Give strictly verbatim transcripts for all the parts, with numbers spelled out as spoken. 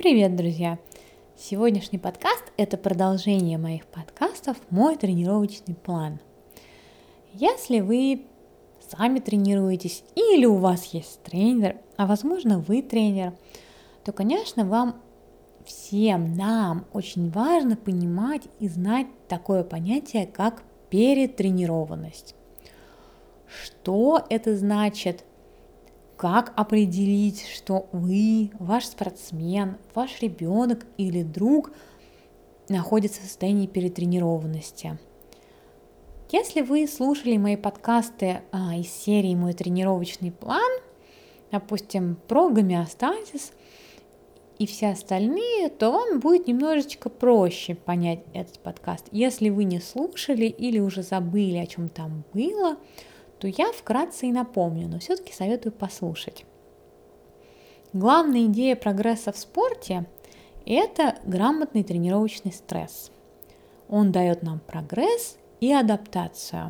Привет, друзья! Сегодняшний подкаст – это продолжение моих подкастов «Мой тренировочный план». Если вы сами тренируетесь или у вас есть тренер, а возможно вы тренер, то, конечно, вам всем, нам очень важно понимать и знать такое понятие, как перетренированность. Что это значит? Как определить, что вы, ваш спортсмен, ваш ребенок или друг находится в состоянии перетренированности? Если вы слушали мои подкасты а, из серии «Мой тренировочный план», допустим, про гомеостазис и все остальные, то вам будет немножечко проще понять этот подкаст. Если вы не слушали или уже забыли, о чем там было, то я вкратце и напомню, но все-таки советую послушать. Главная идея прогресса в спорте – это грамотный тренировочный стресс. Он дает нам прогресс и адаптацию.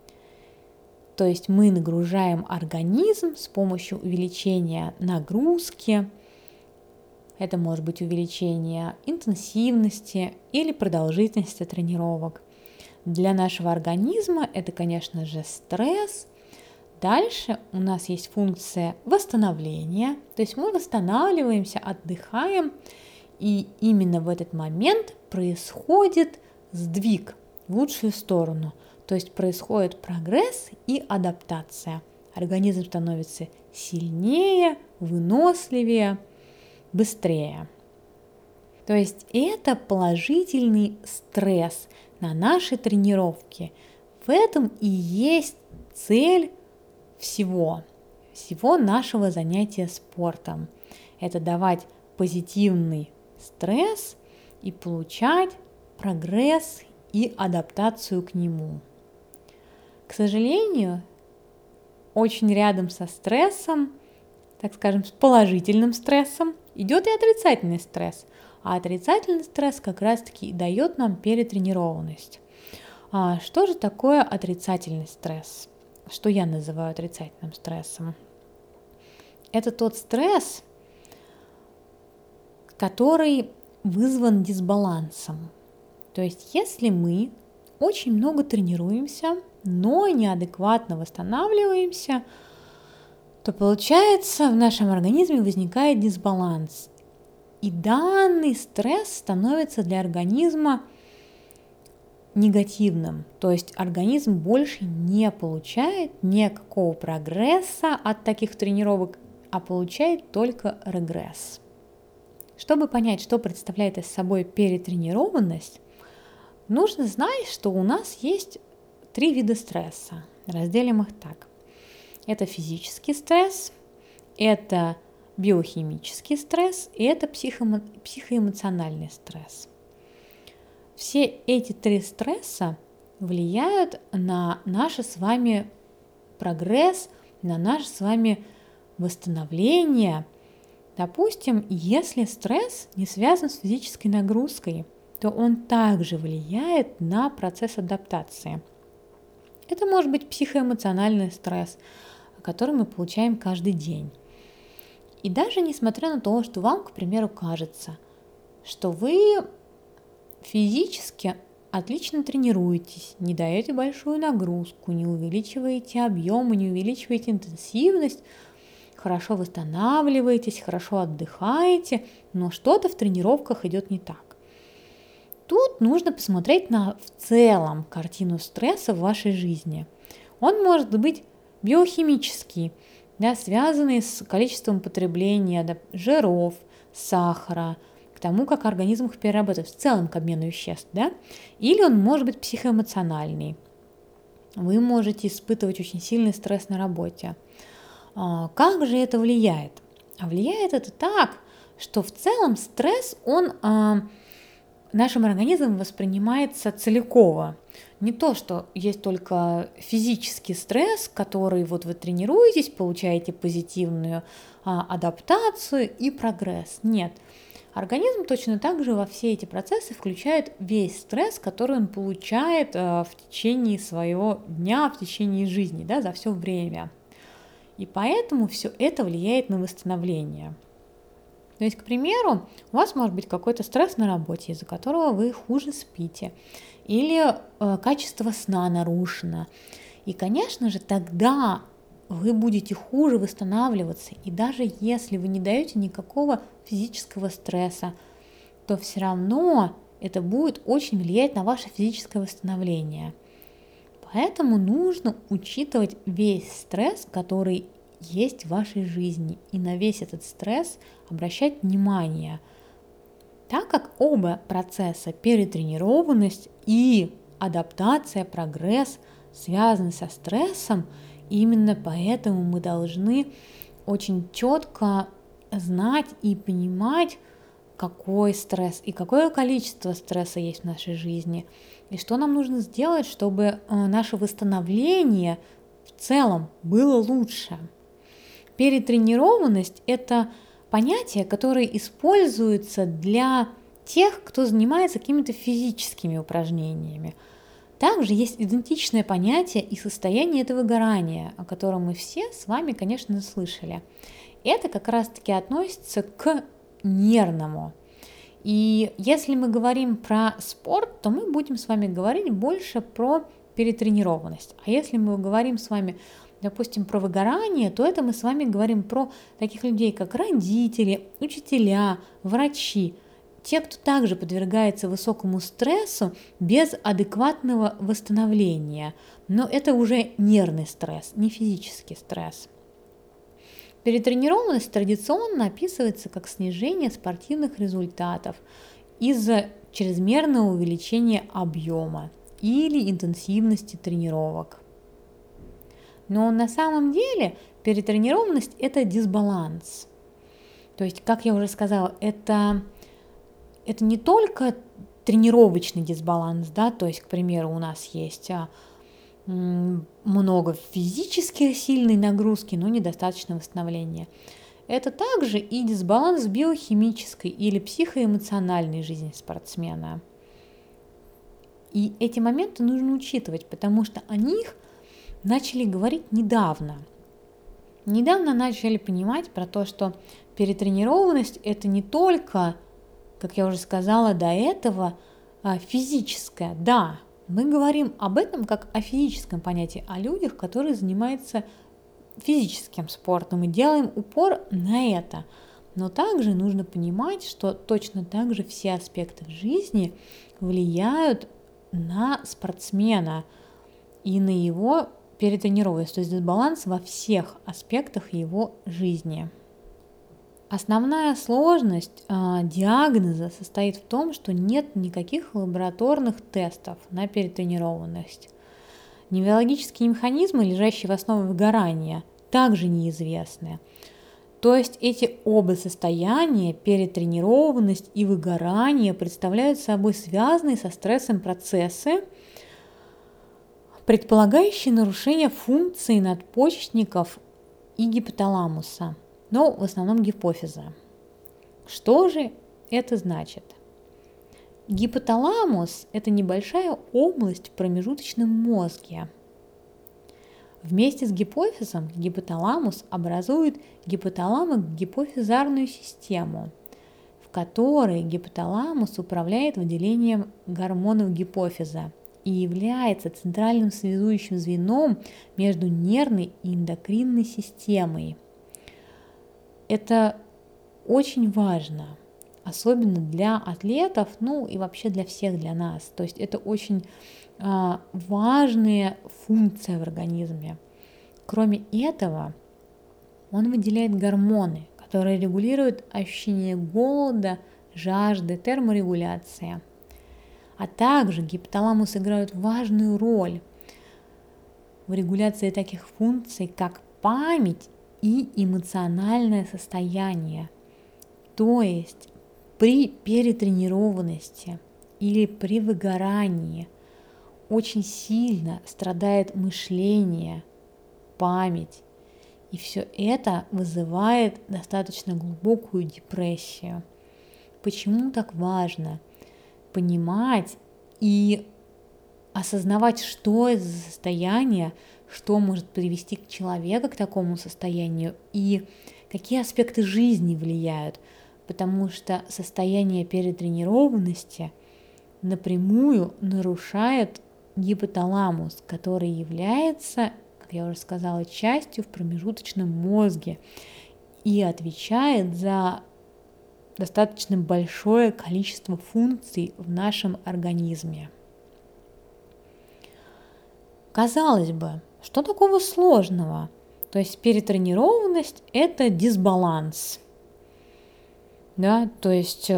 То есть мы нагружаем организм с помощью увеличения нагрузки. Это может быть увеличение интенсивности или продолжительности тренировок. Для нашего организма это, конечно же, стресс. Дальше у нас есть функция восстановления, то есть мы восстанавливаемся, отдыхаем, и именно в этот момент происходит сдвиг в лучшую сторону, то есть происходит прогресс и адаптация. Организм становится сильнее, выносливее, быстрее. То есть это положительный стресс на наши тренировки. В этом и есть цель всего, всего нашего занятия спортом. Это давать позитивный стресс и получать прогресс и адаптацию к нему. К сожалению, очень рядом со стрессом, так скажем, с положительным стрессом, идет и отрицательный стресс. А отрицательный стресс как раз-таки и дает нам перетренированность. А что же такое отрицательный стресс? Что я называю отрицательным стрессом? Это тот стресс, который вызван дисбалансом. То есть если мы очень много тренируемся, но неадекватно восстанавливаемся, то получается в нашем организме возникает дисбаланс. И данный стресс становится для организма негативным, то есть организм больше не получает никакого прогресса от таких тренировок, а получает только регресс. Чтобы понять, что представляет из собой перетренированность, нужно знать, что у нас есть три вида стресса. Разделим их так. Это физический стресс, это биохимический стресс и это психоэмо- психоэмоциональный стресс. Все эти три стресса влияют на наш с вами прогресс, на наше с вами восстановление. Допустим, если стресс не связан с физической нагрузкой, то он также влияет на процесс адаптации. Это может быть психоэмоциональный стресс, который мы получаем каждый день. И даже несмотря на то, что вам, к примеру, кажется, что вы физически отлично тренируетесь, не даете большую нагрузку, не увеличиваете объемы, не увеличиваете интенсивность, хорошо восстанавливаетесь, хорошо отдыхаете, но что-то в тренировках идет не так. Тут нужно посмотреть на в целом картину стресса в вашей жизни. Он может быть биохимический, да, связанный с количеством потребления да, жиров, сахара, к тому, как организм их перерабатывает, в целом к обмену веществ, да? Или он может быть психоэмоциональный. Вы можете испытывать очень сильный стресс на работе. А, как же это влияет? А влияет это так, что в целом стресс, он а, нашим организмом воспринимается целиково. Не то, что есть только физический стресс, который вот вы тренируетесь, получаете позитивную а, адаптацию и прогресс. Нет. Организм точно так же во все эти процессы включает весь стресс, который он получает а, в течение своего дня, в течение жизни, да, за все время. И поэтому все это влияет на восстановление. То есть, к примеру, у вас может быть какой-то стресс на работе, из-за которого вы хуже спите, или э, качество сна нарушено. И, конечно же, тогда вы будете хуже восстанавливаться. И даже если вы не даете никакого физического стресса, то все равно это будет очень влиять на ваше физическое восстановление. Поэтому нужно учитывать весь стресс, который есть в вашей жизни, и на весь этот стресс обращать внимание, так как оба процесса, перетренированность и адаптация, прогресс, связаны со стрессом, и именно поэтому мы должны очень четко знать и понимать, какой стресс и какое количество стресса есть в нашей жизни, и что нам нужно сделать, чтобы наше восстановление в целом было лучше. Перетренированность – это понятие, которое используется для тех, кто занимается какими-то физическими упражнениями. Также есть идентичное понятие и состояние этого выгорания, о котором мы все с вами, конечно, слышали. Это как раз-таки относится к нервному. И если мы говорим про спорт, то мы будем с вами говорить больше про перетренированность. А если мы говорим с вами, допустим, про выгорание, то это мы с вами говорим про таких людей, как родители, учителя, врачи, те, кто также подвергается высокому стрессу без адекватного восстановления. Но это уже нервный стресс, не физический стресс. Перетренированность традиционно описывается как снижение спортивных результатов из-за чрезмерного увеличения объема или интенсивности тренировок. Но на самом деле перетренированность – это дисбаланс. То есть, как я уже сказала, это, это не только тренировочный дисбаланс, да, то есть, к примеру, у нас есть много физически сильной нагрузки, но недостаточно восстановления. Это также и дисбаланс биохимической или психоэмоциональной жизни спортсмена. И эти моменты нужно учитывать, потому что о них начали говорить недавно. Недавно начали понимать про то, что перетренированность – это не только, как я уже сказала до этого, физическая. Да, мы говорим об этом как о физическом понятии, о людях, которые занимаются физическим спортом, и делаем упор на это. Но также нужно понимать, что точно так же все аспекты жизни влияют на спортсмена и на его перетренированность, то есть дисбаланс во всех аспектах его жизни. Основная сложность э, диагноза состоит в том, что нет никаких лабораторных тестов на перетренированность. Неврологические механизмы, лежащие в основе выгорания, также неизвестны. То есть эти оба состояния, перетренированность и выгорание, представляют собой связанные со стрессом процессы, предполагающие нарушение функции надпочечников и гипоталамуса, но в основном гипофиза. Что же это значит? Гипоталамус – это небольшая область в промежуточном мозге. Вместе с гипофизом гипоталамус образует гипоталамо-гипофизарную систему, в которой гипоталамус управляет выделением гормонов гипофиза и является центральным связующим звеном между нервной и эндокринной системой. Это очень важно, особенно для атлетов, ну и вообще для всех, для нас. То есть это очень а, важная функция в организме. Кроме этого, он выделяет гормоны, которые регулируют ощущение голода, жажды, терморегуляция. А также гипоталамус играет важную роль в регуляции таких функций, как память и эмоциональное состояние. То есть при перетренированности или при выгорании очень сильно страдает мышление, память, и все это вызывает достаточно глубокую депрессию. Почему так важно понимать и осознавать, что это за состояние, что может привести человека к такому состоянию и какие аспекты жизни влияют. потому что состояние перетренированности напрямую нарушает гипоталамус, который является, как я уже сказала, частью в промежуточном мозге и отвечает за достаточно большое количество функций в нашем организме. Казалось бы, что такого сложного? То есть перетренированность – это дисбаланс. Да, то есть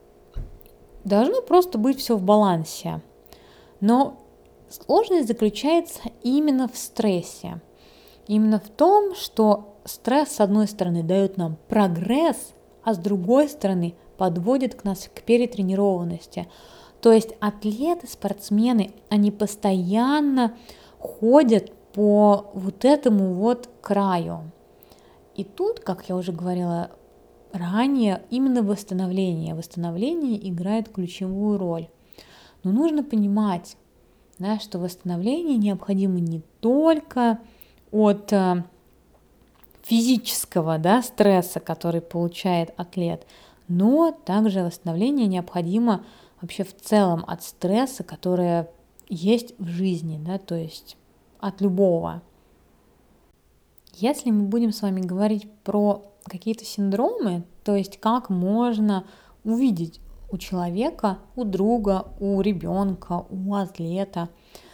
должно просто быть все в балансе. Но сложность заключается именно в стрессе. Именно в том, что стресс, с одной стороны, дает нам прогресс, а с другой стороны, подводит к нас к перетренированности. То есть атлеты, спортсмены, они постоянно ходят по вот этому вот краю. И тут, как я уже говорила ранее, именно восстановление. Восстановление играет ключевую роль. Но нужно понимать, да, что восстановление необходимо не только от э, физического, да, стресса, который получает атлет, но также восстановление необходимо вообще в целом от стресса, который есть в жизни, да, то есть от любого. Если мы будем с вами говорить про какие-то синдромы, то есть как можно увидеть у человека, у друга, у ребенка, у атлета,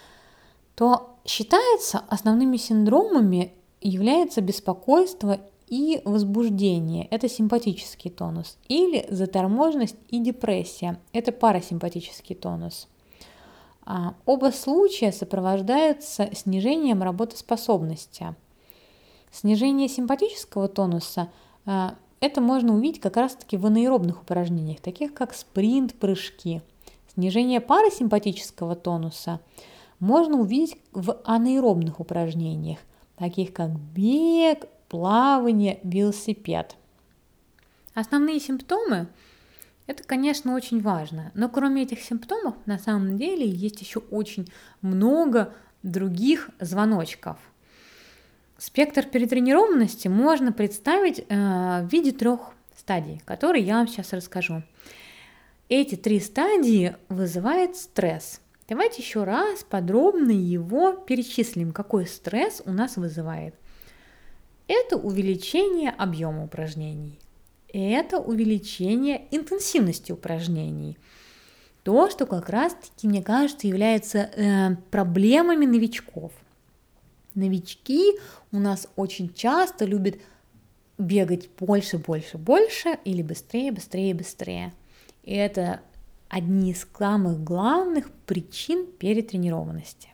то считается, основными синдромами является беспокойство и возбуждение, это симпатический тонус, или заторможенность и депрессия, это парасимпатический тонус. А, оба случая сопровождаются снижением работоспособности. Снижение симпатического тонуса а, это можно увидеть как раз-таки в анаэробных упражнениях, таких как спринт, прыжки. Снижение парасимпатического тонуса можно увидеть в анаэробных упражнениях, таких как бег, плавание, велосипед. Основные симптомы – это, конечно, очень важно, но кроме этих симптомов на самом деле есть еще очень много других звоночков. Спектр перетренированности можно представить э, в виде трех стадий, которые я вам сейчас расскажу. Эти три стадии вызывают стресс. Давайте еще раз подробно его перечислим, какой стресс у нас вызывает. Это увеличение объема упражнений, это увеличение интенсивности упражнений. То, что как раз-таки, мне кажется, является э, проблемами новичков. Новички у нас очень часто любят бегать больше, больше, больше или быстрее, быстрее, быстрее. И это одни из самых главных причин перетренированности.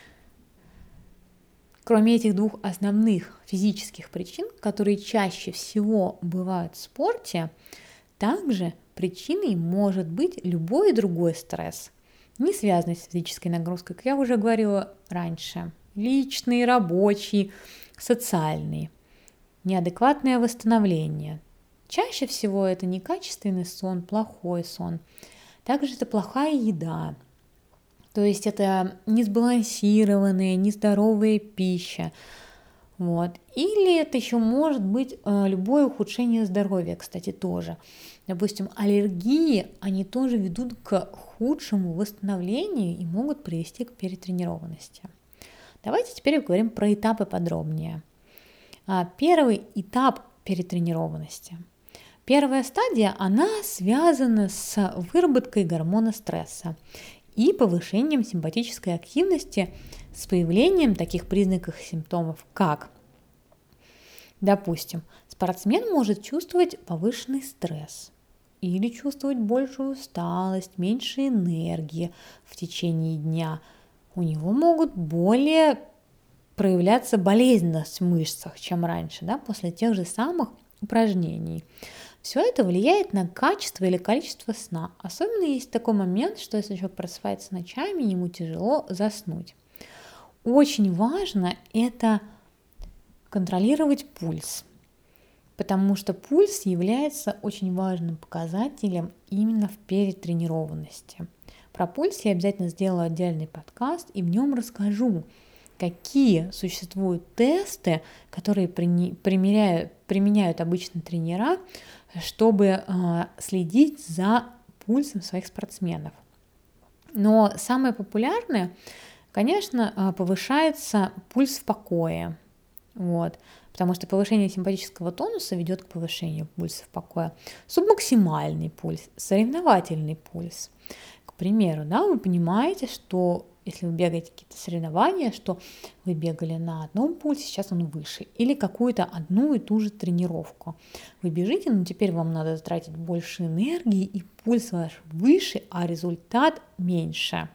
Кроме этих двух основных физических причин, которые чаще всего бывают в спорте, также причиной может быть любой другой стресс, не связанный с физической нагрузкой, как я уже говорила раньше. Личный, рабочий, социальный, неадекватное восстановление. Чаще всего это некачественный сон, плохой сон. Также это плохая еда, то есть это несбалансированная, нездоровая пища. Вот. Или это еще может быть любое ухудшение здоровья, кстати, тоже. Допустим, аллергии, они тоже ведут к худшему восстановлению и могут привести к перетренированности. Давайте теперь поговорим про этапы подробнее. Первый этап перетренированности. Первая стадия, она связана с выработкой гормона стресса и повышением симпатической активности с появлением таких признаков и симптомов, как, допустим, спортсмен может чувствовать повышенный стресс или чувствовать большую усталость, меньше энергии в течение дня. У него могут более проявляться болезненность в мышцах, чем раньше, да, после тех же самых упражнений. Все это влияет на качество или количество сна. Особенно есть такой момент, что если человек просыпается ночами, ему тяжело заснуть. Очень важно это контролировать пульс, потому что пульс является очень важным показателем именно в перетренированности. Про пульс я обязательно сделаю отдельный подкаст и в нем расскажу, какие существуют тесты, которые примеряют, применяют обычно тренера, чтобы следить за пульсом своих спортсменов. Но самое популярное, конечно, повышается пульс в покое. Вот. Потому что повышение симпатического тонуса ведет к повышению пульса в покое. Субмаксимальный пульс, соревновательный пульс. К примеру, да, вы понимаете, что если вы бегаете какие-то соревнования, что вы бегали на одном пульсе, сейчас он выше, или какую-то одну и ту же тренировку. Вы бежите, но теперь вам надо тратить больше энергии, и пульс ваш выше, а результат меньше.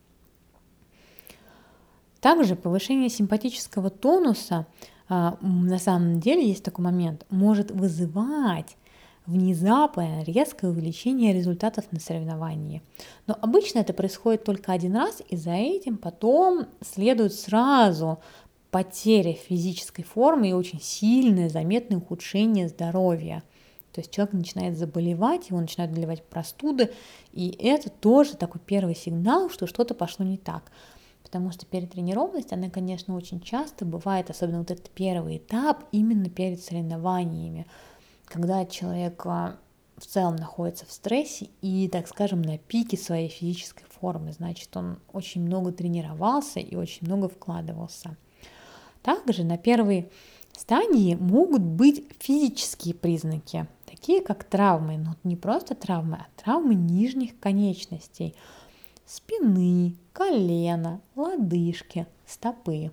Также повышение симпатического тонуса, на самом деле есть такой момент, может вызывать внезапное резкое увеличение результатов на соревновании. Но обычно это происходит только один раз, и за этим потом следует сразу потеря физической формы и очень сильное заметное ухудшение здоровья. То есть человек начинает заболевать, его начинают одолевать простуды, и это тоже такой первый сигнал, что что-то пошло не так. Потому что перетренированность, она, конечно, очень часто бывает, особенно вот этот первый этап, именно перед соревнованиями, когда человек в целом находится в стрессе и, так скажем, на пике своей физической формы, значит, он очень много тренировался и очень много вкладывался. Также на первой стадии могут быть физические признаки, такие как травмы, но не просто травмы, а травмы нижних конечностей, спины, колена, лодыжки, стопы.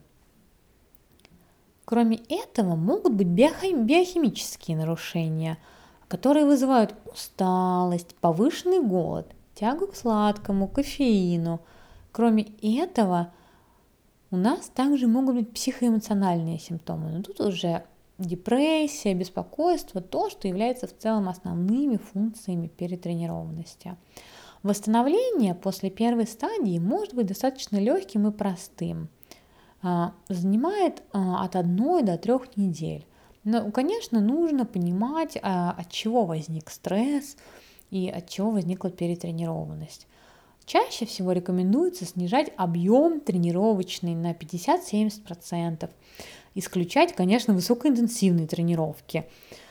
Кроме этого, могут быть биохимические нарушения, которые вызывают усталость, повышенный голод, тягу к сладкому, кофеину. Кроме этого, у нас также могут быть психоэмоциональные симптомы, но тут уже депрессия, беспокойство, то, что является в целом основными функциями перетренированности. Восстановление после первой стадии может быть достаточно легким и простым. Занимает от одной до трех недель. Но, конечно, нужно понимать, от чего возник стресс и от чего возникла перетренированность. Чаще всего рекомендуется снижать объем тренировочный на пятьдесят-семьдесят процентов. Исключать, конечно, высокоинтенсивные тренировки.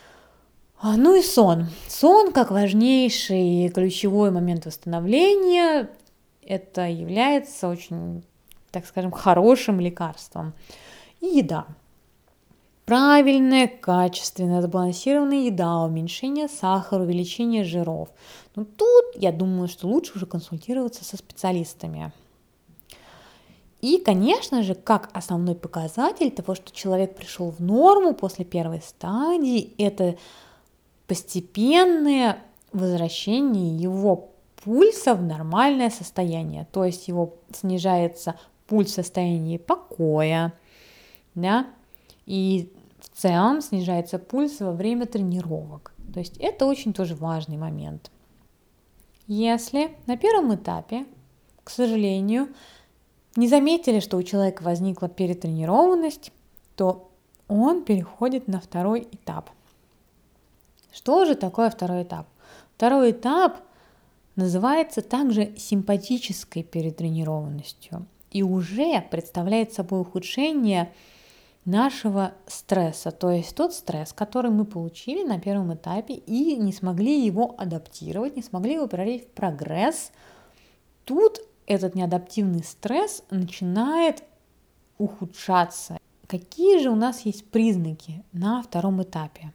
Ну и сон. Сон как важнейший ключевой момент восстановления. Это является очень, так скажем, хорошим лекарством. И еда. Правильная, качественная, сбалансированная еда, уменьшение сахара, увеличение жиров. Но тут, я думаю, что лучше уже консультироваться со специалистами. И, конечно же, как основной показатель того, что человек пришел в норму после первой стадии, это постепенное возвращение его пульса в нормальное состояние. То есть его снижается пульс в состоянии покоя, да, и в целом снижается пульс во время тренировок. То есть это очень тоже важный момент. Если на первом этапе, к сожалению, не заметили, что у человека возникла перетренированность, то он переходит на второй этап. Что же такое второй этап? Второй этап называется также симпатической перетренированностью и уже представляет собой ухудшение нашего стресса, то есть тот стресс, который мы получили на первом этапе и не смогли его адаптировать, не смогли его превратить в прогресс. Тут этот неадаптивный стресс начинает ухудшаться. Какие же у нас есть признаки на втором этапе?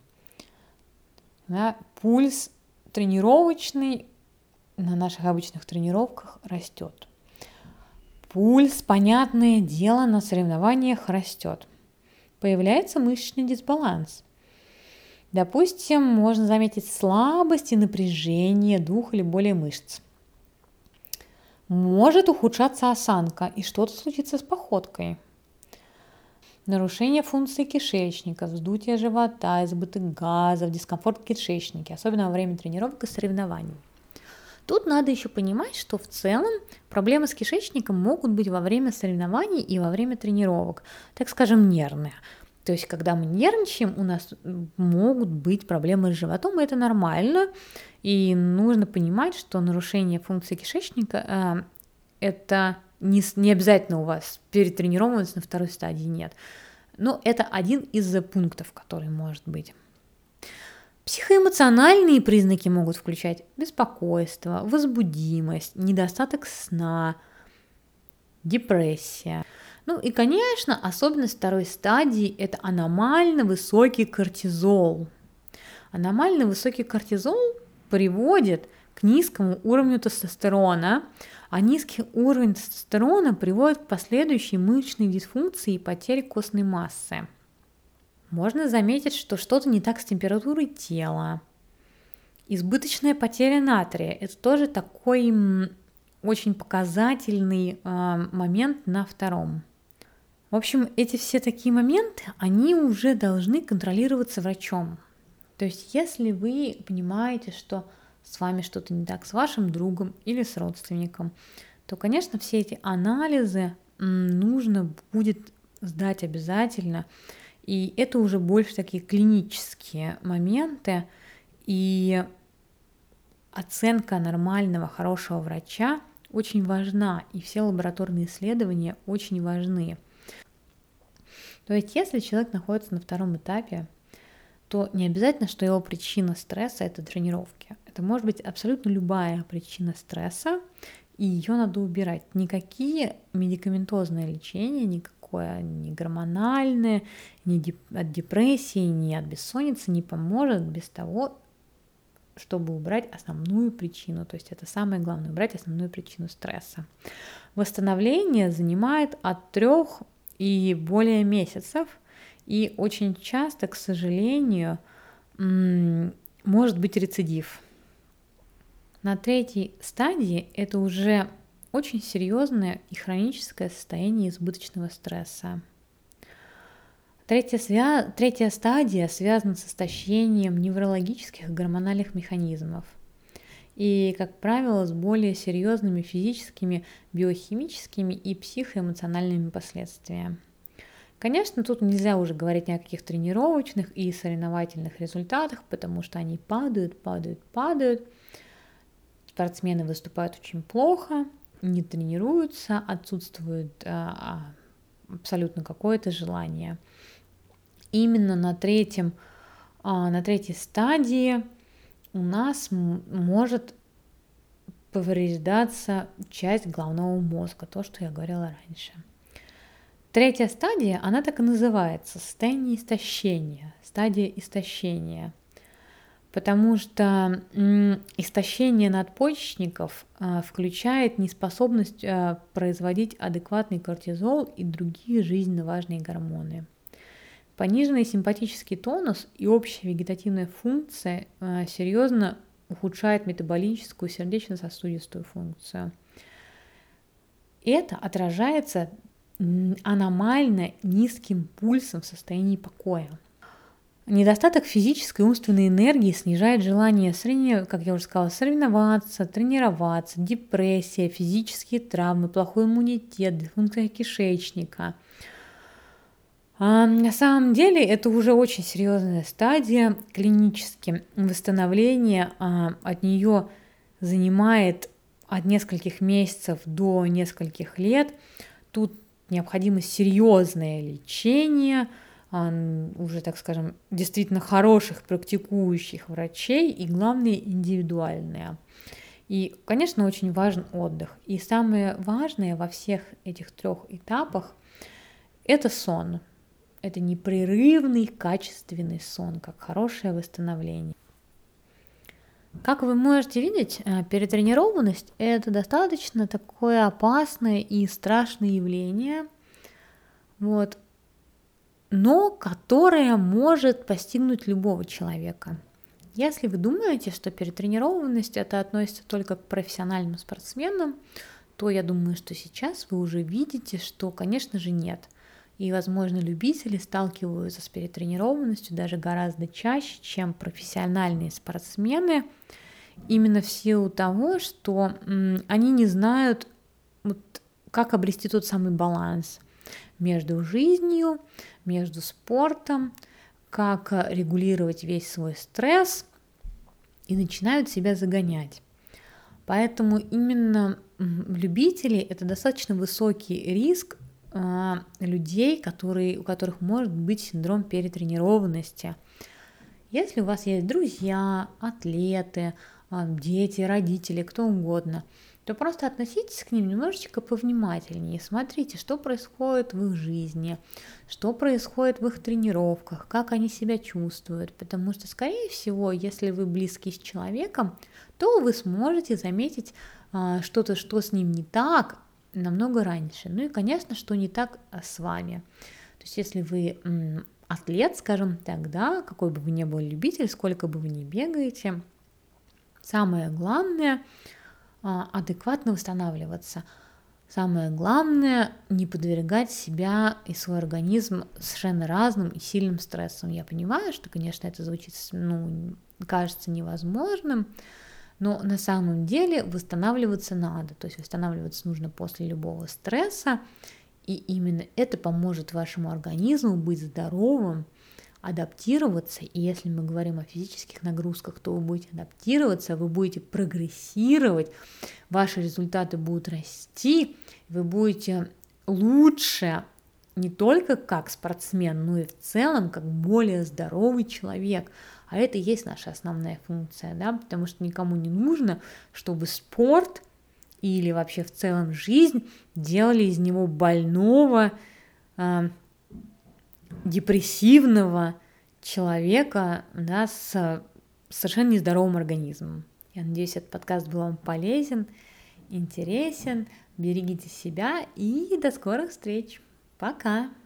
Да, пульс тренировочный на наших обычных тренировках растет. Пульс, понятное дело, на соревнованиях растет. Появляется мышечный дисбаланс. Допустим, можно заметить слабость и напряжение двух или более мышц. Может ухудшаться осанка и что-то случится с походкой. Нарушение функции кишечника, вздутие живота, избыток газов, дискомфорт в кишечнике, особенно во время тренировок и соревнований. Тут надо еще понимать, что в целом проблемы с кишечником могут быть во время соревнований и во время тренировок, так скажем, нервные. То есть, когда мы нервничаем, у нас могут быть проблемы с животом, и это нормально. И нужно понимать, что нарушение функции кишечника – это не, не обязательно у вас перетренированность на второй стадии, нет. Но это один из пунктов, который может быть. Психоэмоциональные признаки могут включать беспокойство, возбудимость, недостаток сна, депрессия. Ну и, конечно, особенность второй стадии – это аномально высокий кортизол. Аномально высокий кортизол приводит к низкому уровню тестостерона, а низкий уровень тестостерона приводит к последующей мышечной дисфункции и потере костной массы. Можно заметить, что что-то не так с температурой тела. Избыточная потеря натрия – это тоже такой очень показательный э, момент на втором. В общем, эти все такие моменты, они уже должны контролироваться врачом. То есть, если вы понимаете, что с вами что-то не так, с вашим другом или с родственником, то, конечно, все эти анализы нужно будет сдать обязательно. И это уже больше такие клинические моменты. И оценка нормального, хорошего врача очень важна. И все лабораторные исследования очень важны. То есть, если человек находится на втором этапе, то не обязательно, что его причина стресса – это тренировки. Это может быть абсолютно любая причина стресса, и ее надо убирать. Никакие медикаментозные лечения, никакое ни гормональное, ни от депрессии, ни от бессонницы не поможет без того, чтобы убрать основную причину. То есть это самое главное – убрать основную причину стресса. Восстановление занимает от трех и более месяцев, и очень часто, к сожалению, может быть рецидив. На третьей стадии это уже очень серьезное и хроническое состояние избыточного стресса. Третья, свя... Третья стадия связана с истощением неврологических и гормональных механизмов. И, как правило, с более серьезными физическими, биохимическими и психоэмоциональными последствиями. Конечно, тут нельзя уже говорить ни о каких тренировочных и соревновательных результатах, потому что они падают, падают, падают. Спортсмены выступают очень плохо, не тренируются, отсутствует а, абсолютно какое-то желание. Именно на, третьем, а, на третьей стадии у нас м- может повреждаться часть головного мозга, то, что я говорила раньше. Третья стадия, она так и называется, состояние истощения, стадия истощения, потому что м, истощение надпочечников а, включает неспособность а, производить адекватный кортизол и другие жизненно важные гормоны. Пониженный симпатический тонус и общая вегетативная функция а, серьезно ухудшает метаболическую сердечно-сосудистую функцию. Это отражается аномально низким пульсом в состоянии покоя. Недостаток физической и умственной энергии снижает желание, как я уже сказала, соревноваться, тренироваться, депрессия, физические травмы, плохой иммунитет, дисфункция кишечника. А на самом деле это уже очень серьезная стадия клинически. Восстановление а, от нее занимает от нескольких месяцев до нескольких лет. Тут необходимо серьезное лечение, уже, так скажем, действительно хороших практикующих врачей и, главное, индивидуальное. И, конечно, очень важен отдых. И самое важное во всех этих трех этапах – это сон. Это непрерывный, качественный сон, как хорошее восстановление. Как вы можете видеть, перетренированность – это достаточно такое опасное и страшное явление, вот, но которое может постигнуть любого человека. Если вы думаете, что перетренированность это относится только к профессиональным спортсменам, то я думаю, что сейчас вы уже видите, что, конечно же, нет. И, возможно, любители сталкиваются с перетренированностью даже гораздо чаще, чем профессиональные спортсмены, именно в силу того, что м, они не знают, вот, как обрести тот самый баланс между жизнью, между спортом, как регулировать весь свой стресс, и начинают себя загонять. Поэтому именно любители – это достаточно высокий риск людей, которые, у которых может быть синдром перетренированности. Если у вас есть друзья, атлеты, дети, родители, кто угодно, то просто относитесь к ним немножечко повнимательнее. Смотрите, что происходит в их жизни, что происходит в их тренировках, как они себя чувствуют. Потому что, скорее всего, если вы близки с человеком, то вы сможете заметить а, что-то, что с ним не так, намного раньше. Ну и, конечно, что не так с вами. То есть, если вы м, атлет, скажем так, да, какой бы вы ни был любитель, сколько бы вы ни бегаете, самое главное — адекватно восстанавливаться. Самое главное — не подвергать себя и свой организм совершенно разным и сильным стрессам. Я понимаю, что, конечно, это звучит, ну, кажется невозможным, но на самом деле восстанавливаться надо. То есть восстанавливаться нужно после любого стресса, и именно это поможет вашему организму быть здоровым, адаптироваться. И если мы говорим о физических нагрузках, то вы будете адаптироваться, вы будете прогрессировать, ваши результаты будут расти, вы будете лучше не только как спортсмен, но и в целом как более здоровый человек. А это и есть наша основная функция, да, потому что никому не нужно, чтобы спорт или вообще в целом жизнь делали из него больного, депрессивного человека, да, с совершенно нездоровым организмом. Я надеюсь, этот подкаст был вам полезен, интересен. Берегите себя и до скорых встреч. Пока!